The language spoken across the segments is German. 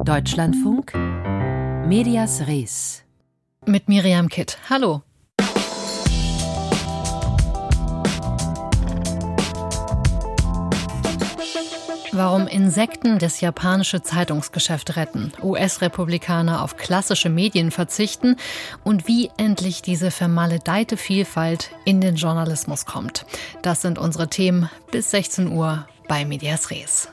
Deutschlandfunk, Medias Res. Mit Miriam Kitt. Hallo. Warum Insekten das japanische Zeitungsgeschäft retten, US-Republikaner auf klassische Medien verzichten und wie endlich diese vermaledeite Vielfalt in den Journalismus kommt. Das sind unsere Themen bis 16 Uhr bei Medias Res.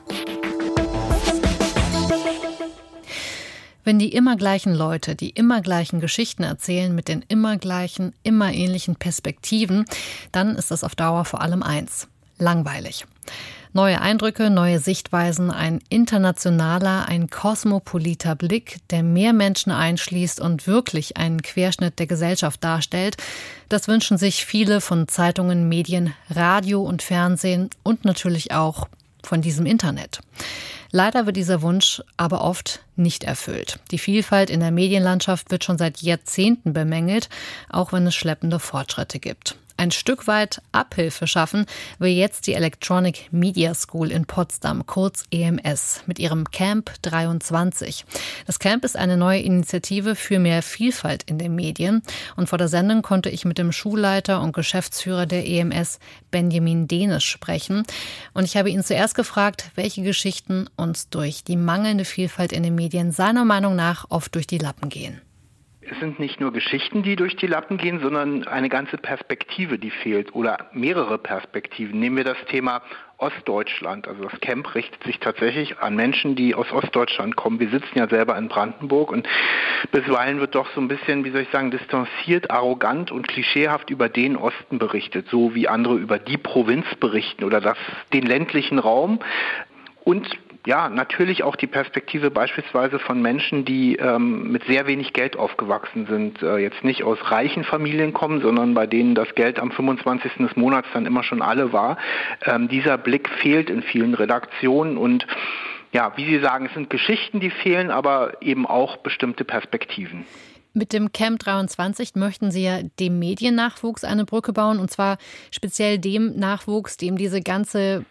Wenn die immer gleichen Leute die immer gleichen Geschichten erzählen mit den immer gleichen, immer ähnlichen Perspektiven, dann ist das auf Dauer vor allem eins: langweilig. Neue Eindrücke, neue Sichtweisen, ein internationaler, ein kosmopoliter Blick, der mehr Menschen einschließt und wirklich einen Querschnitt der Gesellschaft darstellt, das wünschen sich viele von Zeitungen, Medien, Radio und Fernsehen und natürlich auch von diesem Internet. Leider wird dieser Wunsch aber oft nicht erfüllt. Die Vielfalt in der Medienlandschaft wird schon seit Jahrzehnten bemängelt, auch wenn es schleppende Fortschritte gibt. Ein Stück weit Abhilfe schaffen will jetzt die Electronic Media School in Potsdam, kurz EMS, mit ihrem Camp 23. Das Camp ist eine neue Initiative für mehr Vielfalt in den Medien. Und vor der Sendung konnte ich mit dem Schulleiter und Geschäftsführer der EMS, Benjamin Denisch, sprechen. Und ich habe ihn zuerst gefragt, welche Geschichten uns durch die mangelnde Vielfalt in den Medien seiner Meinung nach oft durch die Lappen gehen. Es sind nicht nur Geschichten, die durch die Lappen gehen, sondern eine ganze Perspektive, die fehlt, oder mehrere Perspektiven. Nehmen wir das Thema Ostdeutschland. Also das Camp richtet sich tatsächlich an Menschen, die aus Ostdeutschland kommen. Wir sitzen ja selber in Brandenburg und bisweilen wird doch so ein bisschen, distanziert, arrogant und klischeehaft über den Osten berichtet, so wie andere über die Provinz berichten oder den ländlichen Raum. Und ja, natürlich auch die Perspektive beispielsweise von Menschen, die mit sehr wenig Geld aufgewachsen sind, jetzt nicht aus reichen Familien kommen, sondern bei denen das Geld am 25. des Monats dann immer schon alle war. Dieser Blick fehlt in vielen Redaktionen und ja, wie Sie sagen, es sind Geschichten, die fehlen, aber eben auch bestimmte Perspektiven. Mit dem Camp 23 möchten Sie ja dem Mediennachwuchs eine Brücke bauen, und zwar speziell dem Nachwuchs, dem dieses ganze,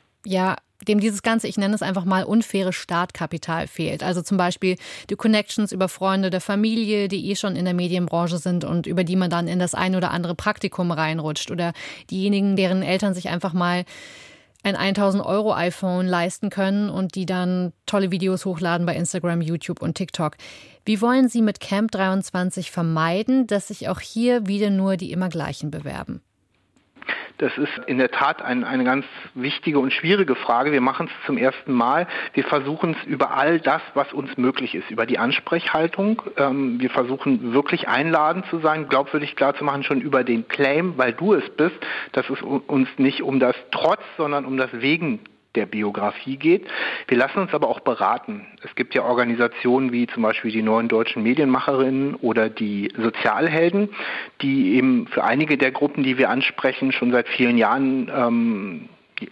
ich nenne es einfach mal, unfaire Startkapital fehlt. Also zum Beispiel die Connections über Freunde der Familie, die schon in der Medienbranche sind und über die man dann in das ein oder andere Praktikum reinrutscht. Oder diejenigen, deren Eltern sich einfach mal ein 1.000 € iPhone leisten können und die dann tolle Videos hochladen bei Instagram, YouTube und TikTok. Wie wollen Sie mit Camp 23 vermeiden, dass sich auch hier wieder nur die immer gleichen bewerben? Das ist in der Tat eine ganz wichtige und schwierige Frage. Wir machen es zum ersten Mal. Wir versuchen es über all das, was uns möglich ist, über die Ansprechhaltung. Wir versuchen wirklich einladend zu sein, glaubwürdig klar zu machen, schon über den Claim, weil du es bist, dass es uns nicht um das Trotz, sondern um das Wegen der Biografie geht. Wir lassen uns aber auch beraten. Es gibt ja Organisationen wie zum Beispiel die Neuen Deutschen Medienmacherinnen oder die Sozialhelden, die eben für einige der Gruppen, die wir ansprechen, schon seit vielen Jahren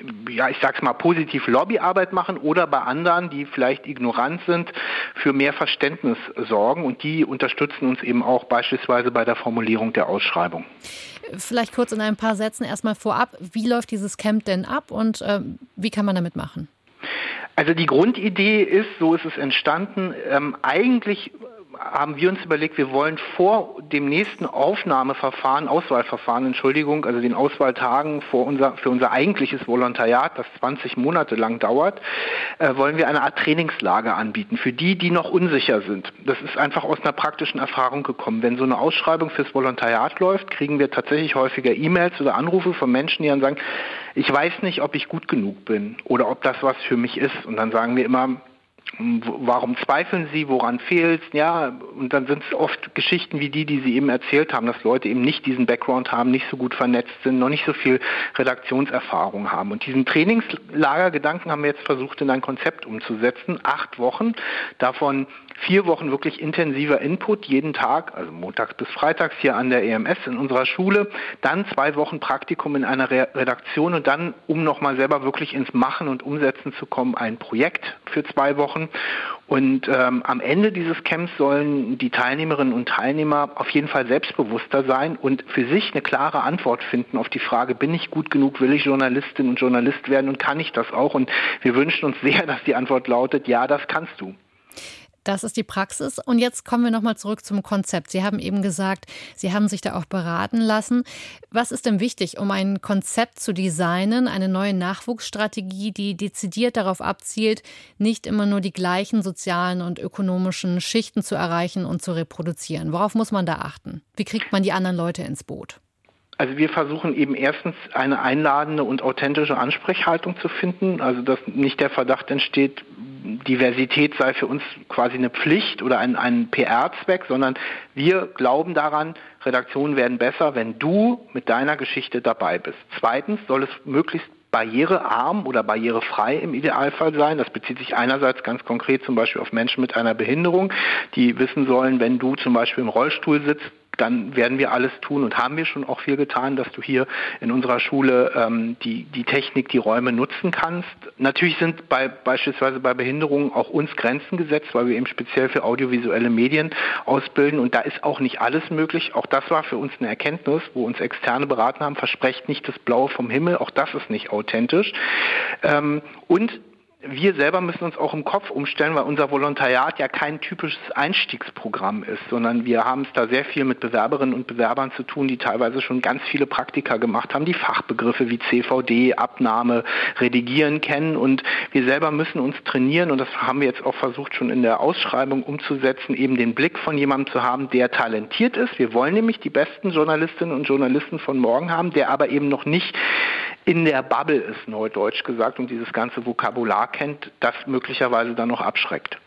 positiv Lobbyarbeit machen, oder bei anderen, die vielleicht ignorant sind, für mehr Verständnis sorgen, und die unterstützen uns eben auch beispielsweise bei der Formulierung der Ausschreibung. Vielleicht kurz in ein paar Sätzen erstmal vorab, wie läuft dieses Camp denn ab und wie kann man damit machen? Also die Grundidee ist, so ist es entstanden, eigentlich haben wir uns überlegt, wir wollen vor dem nächsten Auswahlverfahren, also den Auswahltagen für unser eigentliches Volontariat, das 20 Monate lang dauert, wollen wir eine Art Trainingslager anbieten für die noch unsicher sind. Das ist einfach aus einer praktischen Erfahrung gekommen. Wenn so eine Ausschreibung fürs Volontariat läuft, kriegen wir tatsächlich häufiger E-Mails oder Anrufe von Menschen, die dann sagen, ich weiß nicht, ob ich gut genug bin oder ob das was für mich ist. Und dann sagen wir immer, warum zweifeln Sie, woran fehlt es? Ja, und dann sind es oft Geschichten wie die Sie eben erzählt haben, dass Leute eben nicht diesen Background haben, nicht so gut vernetzt sind, noch nicht so viel Redaktionserfahrung haben. Und diesen Trainingslagergedanken haben wir jetzt versucht, in ein Konzept umzusetzen. 8 Wochen, davon 4 Wochen wirklich intensiver Input jeden Tag, also montags bis freitags hier an der EMS in unserer Schule, dann 2 Wochen Praktikum in einer Redaktion und dann, um nochmal selber wirklich ins Machen und Umsetzen zu kommen, ein Projekt für 2 Wochen. Und am Ende dieses Camps sollen die Teilnehmerinnen und Teilnehmer auf jeden Fall selbstbewusster sein und für sich eine klare Antwort finden auf die Frage, bin ich gut genug, will ich Journalistin und Journalist werden und kann ich das auch? Und wir wünschen uns sehr, dass die Antwort lautet, ja, das kannst du. Das ist die Praxis. Und jetzt kommen wir nochmal zurück zum Konzept. Sie haben eben gesagt, Sie haben sich da auch beraten lassen. Was ist denn wichtig, um ein Konzept zu designen, eine neue Nachwuchsstrategie, die dezidiert darauf abzielt, nicht immer nur die gleichen sozialen und ökonomischen Schichten zu erreichen und zu reproduzieren? Worauf muss man da achten? Wie kriegt man die anderen Leute ins Boot? Also wir versuchen eben erstens eine einladende und authentische Ansprechhaltung zu finden, also dass nicht der Verdacht entsteht, Diversität sei für uns quasi eine Pflicht oder ein PR-Zweck, sondern wir glauben daran, Redaktionen werden besser, wenn du mit deiner Geschichte dabei bist. Zweitens soll es möglichst barrierearm oder barrierefrei im Idealfall sein. Das bezieht sich einerseits ganz konkret zum Beispiel auf Menschen mit einer Behinderung, die wissen sollen, wenn du zum Beispiel im Rollstuhl sitzt, dann werden wir alles tun und haben wir schon auch viel getan, dass du hier in unserer Schule die Technik, die Räume nutzen kannst. Natürlich sind beispielsweise bei Behinderungen auch uns Grenzen gesetzt, weil wir eben speziell für audiovisuelle Medien ausbilden und da ist auch nicht alles möglich. Auch das war für uns eine Erkenntnis, wo uns Externe beraten haben, versprecht nicht das Blaue vom Himmel, auch das ist nicht authentisch. Und wir selber müssen uns auch im Kopf umstellen, weil unser Volontariat ja kein typisches Einstiegsprogramm ist, sondern wir haben es da sehr viel mit Bewerberinnen und Bewerbern zu tun, die teilweise schon ganz viele Praktika gemacht haben, die Fachbegriffe wie CVD, Abnahme, Redigieren kennen und wir selber müssen uns trainieren und das haben wir jetzt auch versucht schon in der Ausschreibung umzusetzen, eben den Blick von jemandem zu haben, der talentiert ist. Wir wollen nämlich die besten Journalistinnen und Journalisten von morgen haben, der aber eben noch nicht in der Bubble ist, neudeutsch gesagt, und dieses ganze Vokabular kennt, das möglicherweise dann noch abschreckt.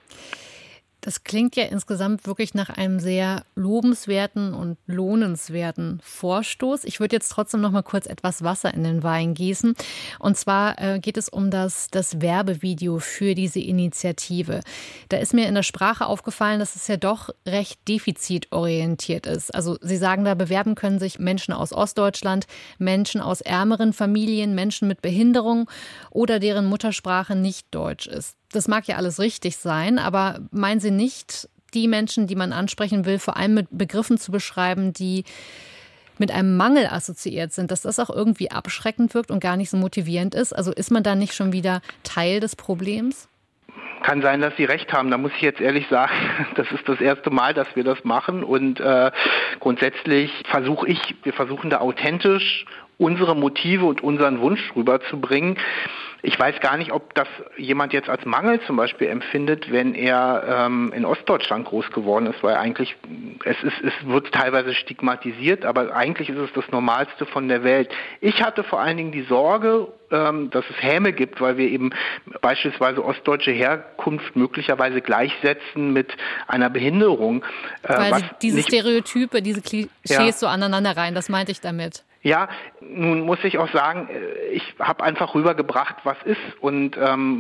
Das klingt ja insgesamt wirklich nach einem sehr lobenswerten und lohnenswerten Vorstoß. Ich würde jetzt trotzdem noch mal kurz etwas Wasser in den Wein gießen. Und zwar geht es um das Werbevideo für diese Initiative. Da ist mir in der Sprache aufgefallen, dass es ja doch recht defizitorientiert ist. Also Sie sagen, da bewerben können sich Menschen aus Ostdeutschland, Menschen aus ärmeren Familien, Menschen mit Behinderung oder deren Muttersprache nicht Deutsch ist. Das mag ja alles richtig sein, aber meinen Sie nicht, die Menschen, die man ansprechen will, vor allem mit Begriffen zu beschreiben, die mit einem Mangel assoziiert sind, dass das auch irgendwie abschreckend wirkt und gar nicht so motivierend ist? Also ist man da nicht schon wieder Teil des Problems? Kann sein, dass Sie recht haben. Da muss ich jetzt ehrlich sagen, das ist das erste Mal, dass wir das machen und grundsätzlich wir versuchen da authentisch unsere Motive und unseren Wunsch rüberzubringen. Ich weiß gar nicht, ob das jemand jetzt als Mangel zum Beispiel empfindet, wenn er in Ostdeutschland groß geworden ist, weil eigentlich es wird teilweise stigmatisiert, aber eigentlich ist es das Normalste von der Welt. Ich hatte vor allen Dingen die Sorge, dass es Häme gibt, weil wir eben beispielsweise ostdeutsche Herkunft möglicherweise gleichsetzen mit einer Behinderung. Weil diese Stereotype, diese Klischees so aneinander rein, das meinte ich damit. Ja, nun muss ich auch sagen, ich habe einfach rübergebracht, was ist und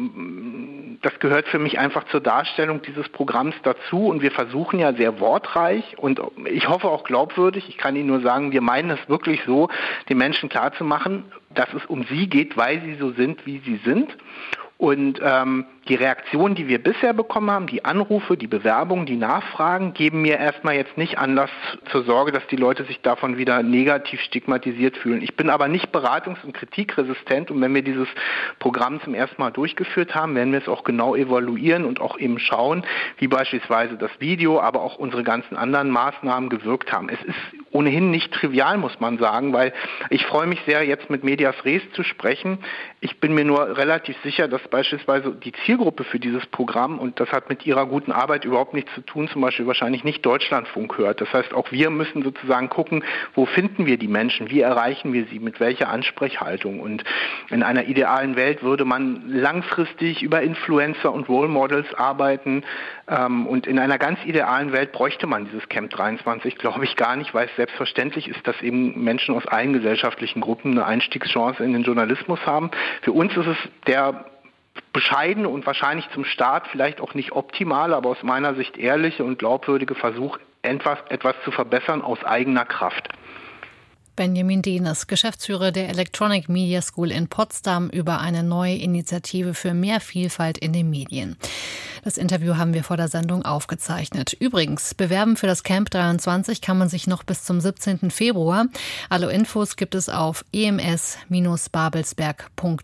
das gehört für mich einfach zur Darstellung dieses Programms dazu und wir versuchen ja sehr wortreich und ich hoffe auch glaubwürdig, ich kann Ihnen nur sagen, wir meinen es wirklich so, den Menschen klarzumachen, dass es um sie geht, weil sie so sind, wie sie sind. Und die Reaktionen, die wir bisher bekommen haben, die Anrufe, die Bewerbungen, die Nachfragen, geben mir erstmal jetzt nicht Anlass zur Sorge, dass die Leute sich davon wieder negativ stigmatisiert fühlen. Ich bin aber nicht beratungs- und kritikresistent und wenn wir dieses Programm zum ersten Mal durchgeführt haben, werden wir es auch genau evaluieren und auch eben schauen, wie beispielsweise das Video, aber auch unsere ganzen anderen Maßnahmen gewirkt haben. Es ist ohnehin nicht trivial, muss man sagen, weil ich freue mich sehr, jetzt mit Medias Res zu sprechen. Ich bin mir nur relativ sicher, dass beispielsweise die Zielgruppe für dieses Programm, und das hat mit ihrer guten Arbeit überhaupt nichts zu tun, zum Beispiel wahrscheinlich nicht Deutschlandfunk hört. Das heißt, auch wir müssen sozusagen gucken, wo finden wir die Menschen, wie erreichen wir sie, mit welcher Ansprechhaltung. Und in einer idealen Welt würde man langfristig über Influencer und Role Models arbeiten. Und in einer ganz idealen Welt bräuchte man dieses Camp 23, glaube ich, gar nicht, weil es selbstverständlich ist, dass eben Menschen aus allen gesellschaftlichen Gruppen eine Einstiegschance in den Journalismus haben. Für uns ist es der bescheidene und wahrscheinlich zum Start vielleicht auch nicht optimale, aber aus meiner Sicht ehrliche und glaubwürdige Versuch, etwas zu verbessern aus eigener Kraft. Benjamin Dehnes, Geschäftsführer der Electronic Media School in Potsdam, über eine neue Initiative für mehr Vielfalt in den Medien. Das Interview haben wir vor der Sendung aufgezeichnet. Übrigens, bewerben für das Camp 23 kann man sich noch bis zum 17. Februar. Alle Infos gibt es auf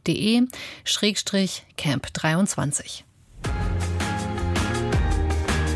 ems-babelsberg.de/Camp 23.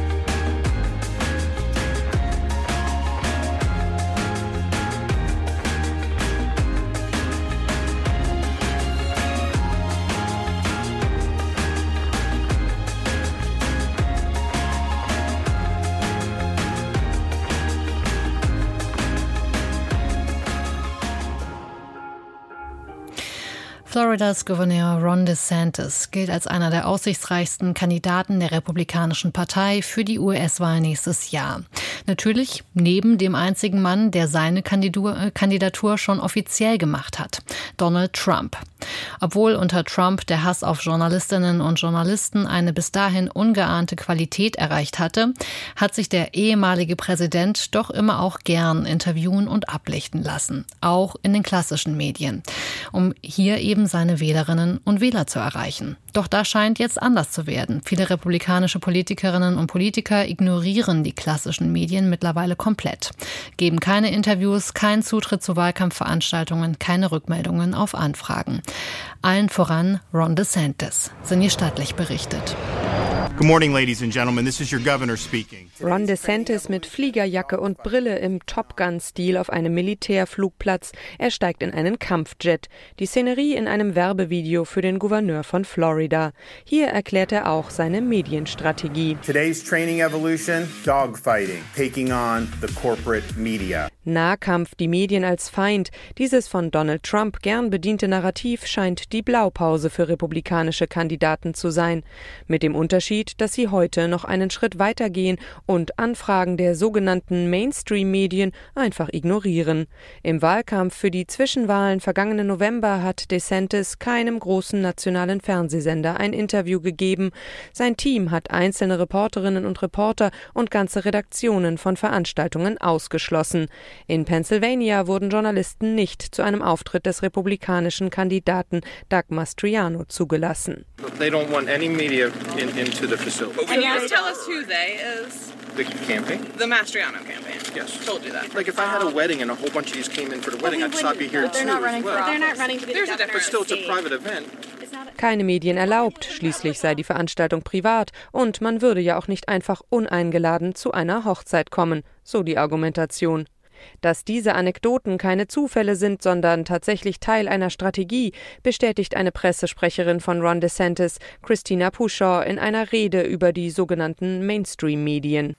Floridas Gouverneur Ron DeSantis gilt als einer der aussichtsreichsten Kandidaten der Republikanischen Partei für die US-Wahl nächstes Jahr. Natürlich neben dem einzigen Mann, der seine Kandidatur schon offiziell gemacht hat, Donald Trump. Obwohl unter Trump der Hass auf Journalistinnen und Journalisten eine bis dahin ungeahnte Qualität erreicht hatte, hat sich der ehemalige Präsident doch immer auch gern interviewen und ablichten lassen, auch in den klassischen Medien, um hier eben seine Wählerinnen und Wähler zu erreichen. Doch das scheint jetzt anders zu werden. Viele republikanische Politikerinnen und Politiker ignorieren die klassischen Medien mittlerweile komplett, geben keine Interviews, keinen Zutritt zu Wahlkampfveranstaltungen, keine Rückmeldungen auf Anfragen. Allen voran Ron DeSantis. Sinje Stattlich berichtet. Good morning, ladies and gentlemen. This is your governor speaking. Ron DeSantis mit Fliegerjacke und Brille im Top Gun-Stil auf einem Militärflugplatz. Er steigt in einen Kampfjet. Die Szenerie in einem Werbevideo für den Gouverneur von Florida. Hier erklärt er auch seine Medienstrategie. Today's training evolution, dogfighting, taking on the corporate media. Nahkampf, die Medien als Feind. Dieses von Donald Trump gern bediente Narrativ scheint die Blaupause für republikanische Kandidaten zu sein. Mit dem Unterschied, dass sie heute noch einen Schritt weiter gehen und Anfragen der sogenannten Mainstream-Medien einfach ignorieren. Im Wahlkampf für die Zwischenwahlen vergangenen November hat DeSantis keinem großen nationalen Fernsehsender ein Interview gegeben. Sein Team hat einzelne Reporterinnen und Reporter und ganze Redaktionen von Veranstaltungen ausgeschlossen. In Pennsylvania wurden Journalisten nicht zu einem Auftritt des republikanischen Kandidaten Doug Mastriano zugelassen. They don't want any media into the facility. Can you just tell us who they is? The campaign? The Mastriano campaign. Yes. Told you that. Like if I had a wedding and a whole bunch of these came in for the wedding, I'd stop you here too as well. They're not running to be the governor. But still, it's a private event. Keine Medien erlaubt, schließlich sei die Veranstaltung privat und man würde ja auch nicht einfach uneingeladen zu einer Hochzeit kommen, so die Argumentation. Dass diese Anekdoten keine Zufälle sind, sondern tatsächlich Teil einer Strategie, bestätigt eine Pressesprecherin von Ron DeSantis, Christina Pushaw, in einer Rede über die sogenannten Mainstream-Medien.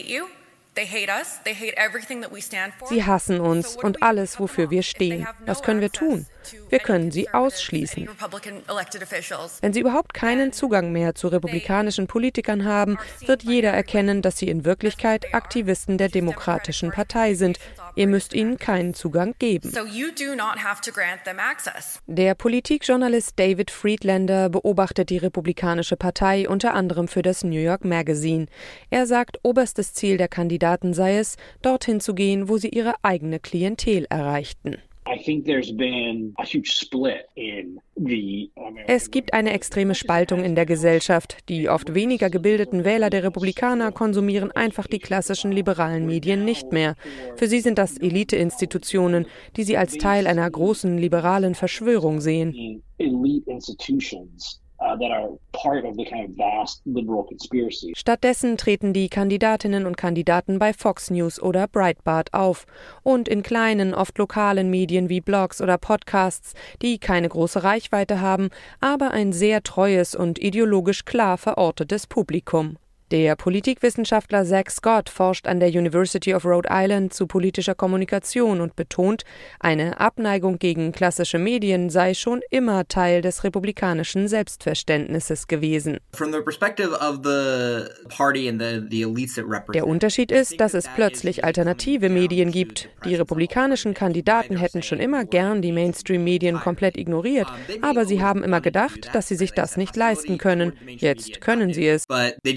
Sie hassen uns und alles, wofür wir stehen. Was können wir tun? Wir können sie ausschließen. Wenn sie überhaupt keinen Zugang mehr zu republikanischen Politikern haben, wird jeder erkennen, dass sie in Wirklichkeit Aktivisten der Demokratischen Partei sind. Ihr müsst ihnen keinen Zugang geben. Der Politikjournalist David Friedlander beobachtet die Republikanische Partei unter anderem für das New York Magazine. Er sagt, oberstes Ziel der Kandidaten sei es, dorthin zu gehen, wo sie ihre eigene Klientel erreichten. Es gibt eine extreme Spaltung in der Gesellschaft. Die oft weniger gebildeten Wähler der Republikaner konsumieren einfach die klassischen liberalen Medien nicht mehr. Für sie sind das Eliteinstitutionen, die sie als Teil einer großen liberalen Verschwörung sehen. Stattdessen treten die Kandidatinnen und Kandidaten bei Fox News oder Breitbart auf und in kleinen, oft lokalen Medien wie Blogs oder Podcasts, die keine große Reichweite haben, aber ein sehr treues und ideologisch klar verortetes Publikum. Der Politikwissenschaftler Zach Scott forscht an der University of Rhode Island zu politischer Kommunikation und betont, eine Abneigung gegen klassische Medien sei schon immer Teil des republikanischen Selbstverständnisses gewesen. Der Unterschied ist, dass es plötzlich alternative Medien gibt. Die republikanischen Kandidaten hätten schon immer gern die Mainstream-Medien komplett ignoriert, aber sie haben immer gedacht, dass sie sich das nicht leisten können. Jetzt können sie es.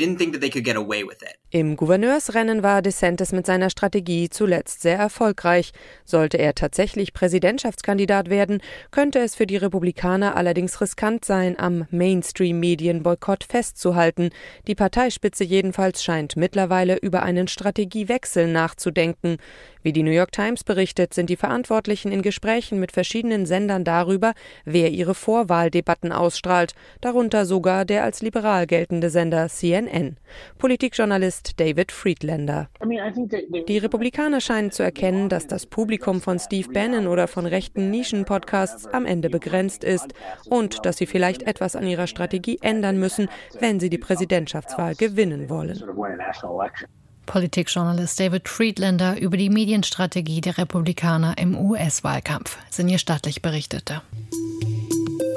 Im Gouverneursrennen war DeSantis mit seiner Strategie zuletzt sehr erfolgreich. Sollte er tatsächlich Präsidentschaftskandidat werden, könnte es für die Republikaner allerdings riskant sein, am Mainstream-Medienboykott festzuhalten. Die Parteispitze jedenfalls scheint mittlerweile über einen Strategiewechsel nachzudenken. Wie die New York Times berichtet, sind die Verantwortlichen in Gesprächen mit verschiedenen Sendern darüber, wer ihre Vorwahldebatten ausstrahlt, darunter sogar der als liberal geltende Sender CNN. Politikjournalist David Friedlander. Die Republikaner scheinen zu erkennen, dass das Publikum von Steve Bannon oder von rechten Nischenpodcasts am Ende begrenzt ist und dass sie vielleicht etwas an ihrer Strategie ändern müssen, wenn sie die Präsidentschaftswahl gewinnen wollen. Politikjournalist David Friedlander über die Medienstrategie der Republikaner im US-Wahlkampf. Sinje Stattlich berichtete.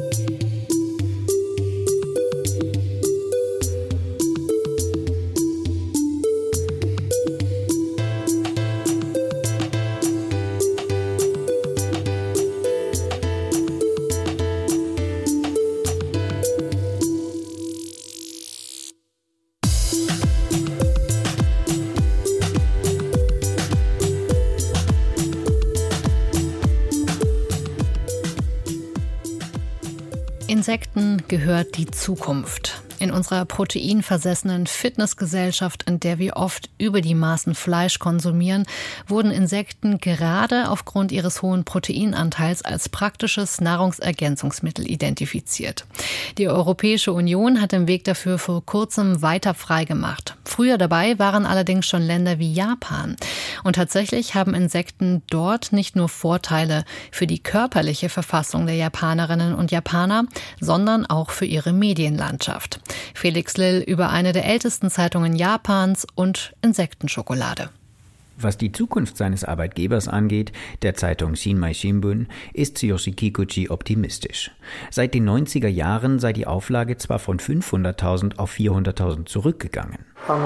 Insekten gehört die Zukunft. In unserer proteinversessenen Fitnessgesellschaft, in der wir oft über die Maßen Fleisch konsumieren, wurden Insekten gerade aufgrund ihres hohen Proteinanteils als praktisches Nahrungsergänzungsmittel identifiziert. Die Europäische Union hat den Weg dafür vor kurzem weiter freigemacht. Früher dabei waren allerdings schon Länder wie Japan. Und tatsächlich haben Insekten dort nicht nur Vorteile für die körperliche Verfassung der Japanerinnen und Japaner, sondern auch für ihre Medienlandschaft. Felix Lill über eine der ältesten Zeitungen Japans und Insektenschokolade. Was die Zukunft seines Arbeitgebers angeht, der Zeitung Shinmai Shimbun, ist Tsuyoshi Kikuchi optimistisch. Seit den 90er Jahren sei die Auflage zwar von 500.000 auf 400.000 zurückgegangen.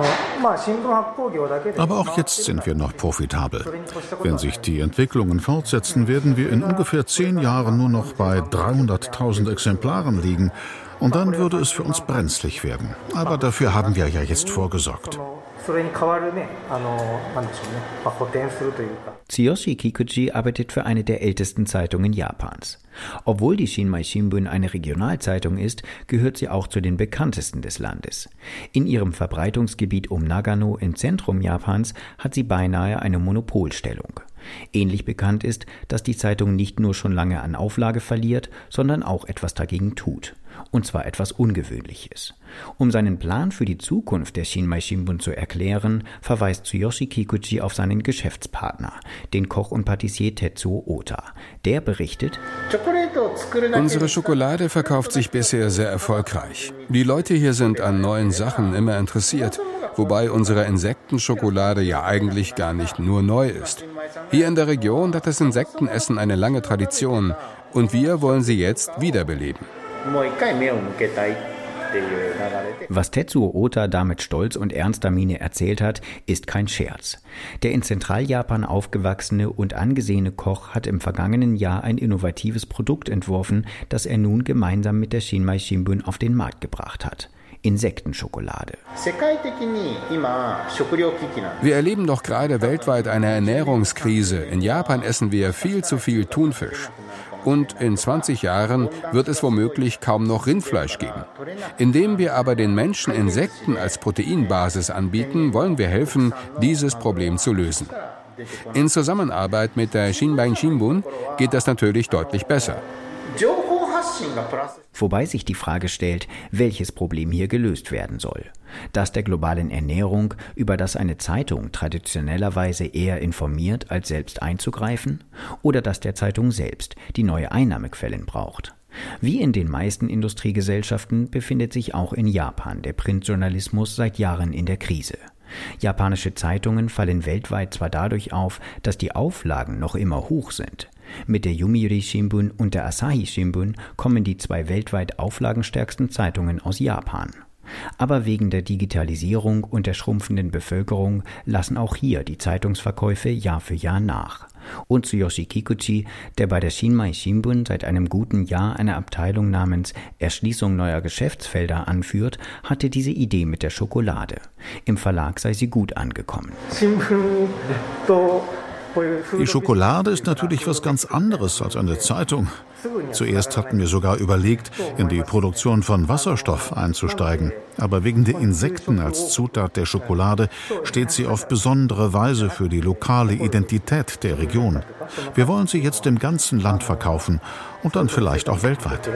Aber auch jetzt sind wir noch profitabel. Wenn sich die Entwicklungen fortsetzen, werden wir in ungefähr 10 Jahren nur noch bei 300.000 Exemplaren liegen. Und dann würde es für uns brenzlig werden. Aber dafür haben wir ja jetzt vorgesorgt. Tsuyoshi Kikuchi arbeitet für eine der ältesten Zeitungen Japans. Obwohl die Shinmai Shimbun eine Regionalzeitung ist, gehört sie auch zu den bekanntesten des Landes. In ihrem Verbreitungsgebiet um Nagano im Zentrum Japans hat sie beinahe eine Monopolstellung. Ähnlich bekannt ist, dass die Zeitung nicht nur schon lange an Auflage verliert, sondern auch etwas dagegen tut. Und zwar etwas Ungewöhnliches. Um seinen Plan für die Zukunft der Shinmai Shimbun zu erklären, verweist Tsuyoshi Kikuchi auf seinen Geschäftspartner, den Koch und Patissier Tetsuo Ota. Der berichtet: Unsere Schokolade verkauft sich bisher sehr erfolgreich. Die Leute hier sind an neuen Sachen immer interessiert, wobei unsere Insektenschokolade ja eigentlich gar nicht nur neu ist. Hier in der Region hat das Insektenessen eine lange Tradition und wir wollen sie jetzt wiederbeleben. Was Tetsuo Ota da mit Stolz und ernster Miene erzählt hat, ist kein Scherz. Der in Zentraljapan aufgewachsene und angesehene Koch hat im vergangenen Jahr ein innovatives Produkt entworfen, das er nun gemeinsam mit der Shinmai Shimbun auf den Markt gebracht hat. Insektenschokolade. Wir erleben doch gerade weltweit eine Ernährungskrise. In Japan essen wir viel zu viel Thunfisch. Und in 20 Jahren wird es womöglich kaum noch Rindfleisch geben. Indem wir aber den Menschen Insekten als Proteinbasis anbieten, wollen wir helfen, dieses Problem zu lösen. In Zusammenarbeit mit der Shinmai Shimbun geht das natürlich deutlich besser. Wobei sich die Frage stellt, welches Problem hier gelöst werden soll. Das der globalen Ernährung, über das eine Zeitung traditionellerweise eher informiert, als selbst einzugreifen? Oder das der Zeitung selbst, die neue Einnahmequellen braucht? Wie in den meisten Industriegesellschaften befindet sich auch in Japan der Printjournalismus seit Jahren in der Krise. Japanische Zeitungen fallen weltweit zwar dadurch auf, dass die Auflagen noch immer hoch sind. Mit der Yomiuri Shimbun und der Asahi Shimbun kommen die 2 weltweit auflagenstärksten Zeitungen aus Japan. Aber wegen der Digitalisierung und der schrumpfenden Bevölkerung lassen auch hier die Zeitungsverkäufe Jahr für Jahr nach. Und Tsuyoshi Kikuchi, der bei der Shinmai Shimbun seit einem guten Jahr eine Abteilung namens Erschließung neuer Geschäftsfelder anführt, hatte diese Idee mit der Schokolade. Im Verlag sei sie gut angekommen. Die Schokolade ist natürlich was ganz anderes als eine Zeitung. Zuerst hatten wir sogar überlegt, in die Produktion von Wasserstoff einzusteigen. Aber wegen der Insekten als Zutat der Schokolade steht sie auf besondere Weise für die lokale Identität der Region. Wir wollen sie jetzt im ganzen Land verkaufen und dann vielleicht auch weltweit.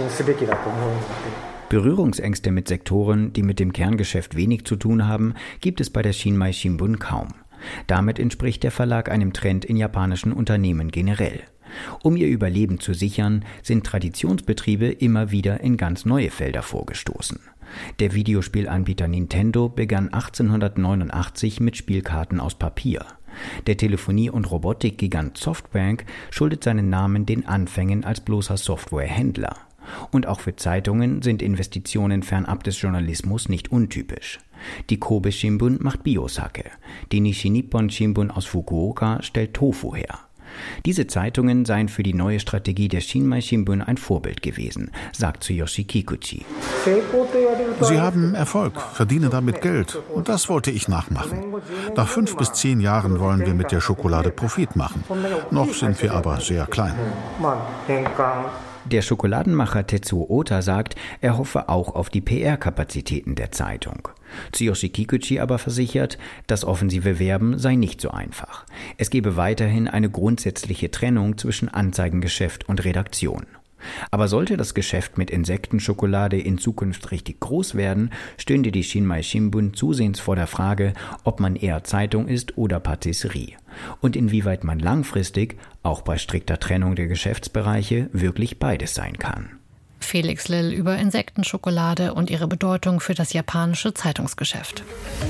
Berührungsängste mit Sektoren, die mit dem Kerngeschäft wenig zu tun haben, gibt es bei der Shinmai Shimbun kaum. Damit entspricht der Verlag einem Trend in japanischen Unternehmen generell. Um ihr Überleben zu sichern, sind Traditionsbetriebe immer wieder in ganz neue Felder vorgestoßen. Der Videospielanbieter Nintendo begann 1889 mit Spielkarten aus Papier. Der Telefonie- und Robotikgigant Softbank schuldet seinen Namen den Anfängen als bloßer Softwarehändler. Und auch für Zeitungen sind Investitionen fernab des Journalismus nicht untypisch. Die Kobe Shimbun macht Biosake. Die Nishi-Nippon Shimbun aus Fukuoka stellt Tofu her. Diese Zeitungen seien für die neue Strategie der Shinmai Shimbun ein Vorbild gewesen, sagt Tsuyoshi Kikuchi. Sie haben Erfolg, verdienen damit Geld und das wollte ich nachmachen. Nach 5 bis 10 Jahren wollen wir mit der Schokolade Profit machen. Noch sind wir aber sehr klein. Der Schokoladenmacher Tetsuo Ota sagt, er hoffe auch auf die PR-Kapazitäten der Zeitung. Tsuyoshi Kikuchi aber versichert, das offensive Werben sei nicht so einfach. Es gebe weiterhin eine grundsätzliche Trennung zwischen Anzeigengeschäft und Redaktion. Aber sollte das Geschäft mit Insektenschokolade in Zukunft richtig groß werden, stünde die Shinmai Shimbun zusehends vor der Frage, ob man eher Zeitung ist oder Patisserie. Und inwieweit man langfristig, auch bei strikter Trennung der Geschäftsbereiche, wirklich beides sein kann. Felix Lill über Insektenschokolade und ihre Bedeutung für das japanische Zeitungsgeschäft.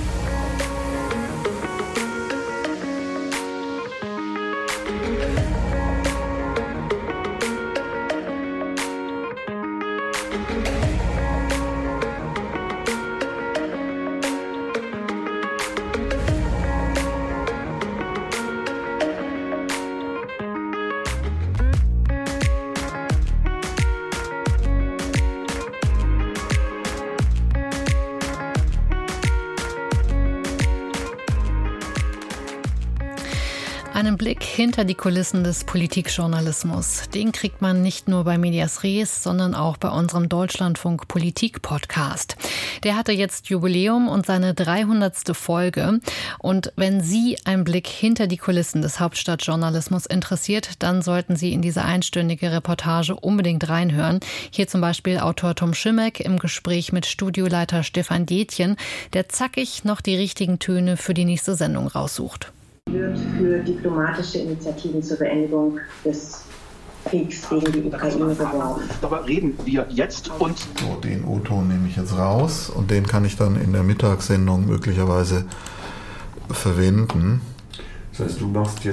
Einen Blick hinter die Kulissen des Politikjournalismus, den kriegt man nicht nur bei Medias Res, sondern auch bei unserem Deutschlandfunk Politik-Podcast. Der hatte jetzt Jubiläum und seine 300. Folge. Und wenn Sie einen Blick hinter die Kulissen des Hauptstadtjournalismus interessiert, dann sollten Sie in diese einstündige Reportage unbedingt reinhören. Hier zum Beispiel Autor Tom Schimek im Gespräch mit Studioleiter Stefan Detjen, der zackig noch die richtigen Töne für die nächste Sendung raussucht. Wird für diplomatische Initiativen zur Beendigung des Kriegs gegen die Ukraine geworben. Darüber reden wir jetzt und... So, den O-Ton nehme ich jetzt raus und den kann ich dann in der Mittagssendung möglicherweise verwenden. Das heißt, du machst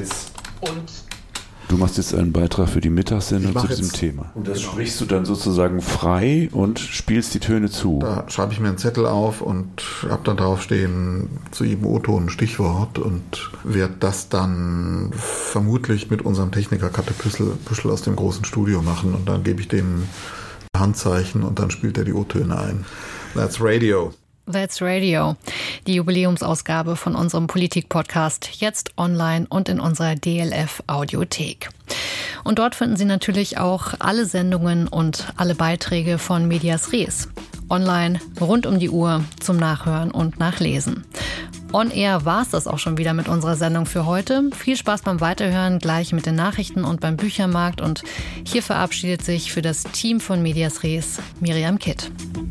jetzt einen Beitrag für die Mittagssendung zu diesem Thema. Und das sprichst du dann sozusagen frei und spielst die Töne zu. Da schreibe ich mir einen Zettel auf und habe dann draufstehen zu jedem O-Ton ein Stichwort und werde das dann vermutlich mit unserem Techniker Katte Püschel aus dem großen Studio machen und dann gebe ich dem Handzeichen und dann spielt er die O-Töne ein. That's Radio. That's Radio. Die Jubiläumsausgabe von unserem Politik-Podcast, jetzt online und in unserer DLF-Audiothek. Und dort finden Sie natürlich auch alle Sendungen und alle Beiträge von Medias Res. Online, rund um die Uhr, zum Nachhören und Nachlesen. On Air war es das auch schon wieder mit unserer Sendung für heute. Viel Spaß beim Weiterhören, gleich mit den Nachrichten und beim Büchermarkt. Und hier verabschiedet sich für das Team von Medias Res Miriam Kitt.